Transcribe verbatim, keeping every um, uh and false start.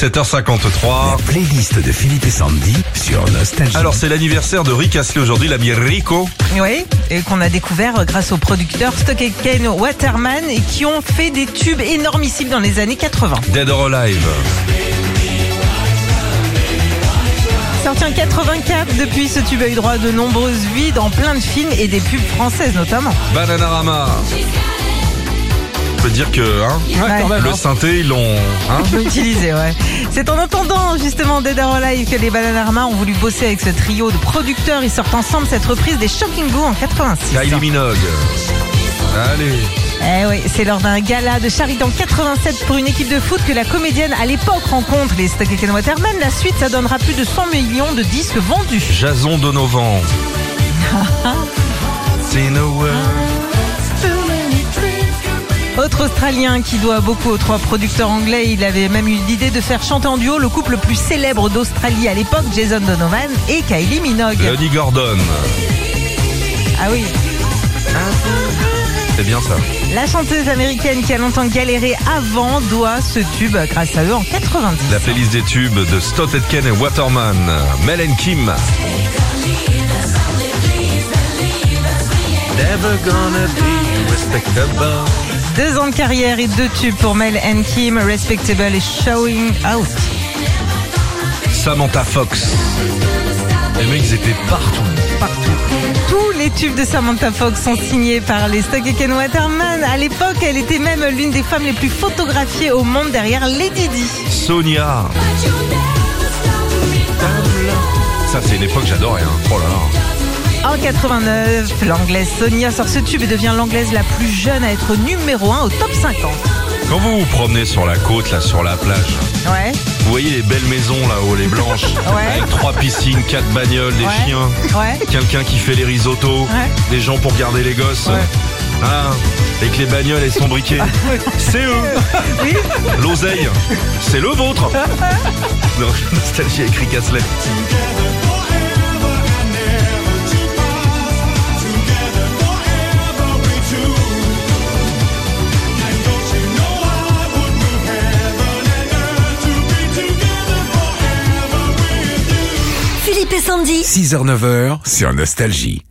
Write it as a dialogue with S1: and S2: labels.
S1: sept heures cinquante-trois.
S2: La playlist de Philippe et Sandy sur Nostalgie.
S1: Alors c'est l'anniversaire de Rick Astley aujourd'hui, l'ami Rico.
S3: Oui, et qu'on a découvert grâce aux producteurs Stock Aitken Waterman et qui ont fait des tubes énormissimes dans les années quatre-vingts.
S1: Dead or Alive.
S3: Sorti en quatre-vingt-quatre, depuis ce tube a eu droit à de nombreuses vies dans plein de films et des pubs françaises notamment.
S1: Bananarama. On peut dire que hein,
S3: Ouais.
S1: le synthé, ils l'ont... Hein
S3: Ils l'ont utilisé, ouais. C'est en entendant justement Dead or Alive que les Bananarama ont voulu bosser avec ce trio de producteurs. Ils sortent ensemble cette reprise des Shocking Blue en quatre-vingt-six.
S1: Kylie Minogue. Allez.
S3: Eh oui, c'est lors d'un gala de charité en quatre-vingt-sept pour une équipe de foot que la comédienne à l'époque rencontre les Stock Aitken Waterman. La suite, ça donnera plus de cent millions de disques vendus.
S1: Jason Donovan. C'est no way.
S3: Autre Australien qui doit beaucoup aux trois producteurs anglais, il avait même eu l'idée de faire chanter en duo le couple le plus célèbre d'Australie à l'époque, Jason Donovan et Kylie Minogue.
S1: Lonnie Gordon.
S3: Ah oui.
S1: C'est bien ça.
S3: La chanteuse américaine qui a longtemps galéré avant doit ce tube grâce à eux en quatre-vingt-dix.
S1: La playlist des tubes de Stock Aitken et Waterman. Mel and Kim. Never gonna be respectable.
S3: Deux ans de carrière et deux tubes pour Mel and Kim, Respectable et Showing Out.
S1: Samantha Fox. Les mecs, ils étaient partout.
S3: Partout. Tous les tubes de Samantha Fox sont signés par les Stock Aitken Waterman. À l'époque, elle était même l'une des femmes les plus photographiées au monde derrière Lady Di.
S1: Sonia. Ça, c'est une époque que j'adorais. Hein. Oh là là.
S3: En quatre-vingt-neuf, l'anglaise Sonia sort ce tube et devient l'anglaise la plus jeune à être numéro un au top cinquante.
S1: Quand vous vous promenez sur la côte, là, sur la plage,
S3: Ouais.
S1: vous voyez les belles maisons là-haut, les blanches,
S3: Ouais.
S1: avec trois piscines, quatre bagnoles, des
S3: Ouais.
S1: chiens,
S3: Ouais.
S1: quelqu'un qui fait les risottos,
S3: Ouais.
S1: des gens pour garder les gosses.
S3: Ouais.
S1: Ah, et que les bagnoles, elles sont briquées. C'est eux.
S3: Oui.
S1: L'oseille, c'est le vôtre. Non, Nostalgie avec Rick Astley.
S4: Philippe et Sandy.
S2: six heures neuf heures sur Nostalgie.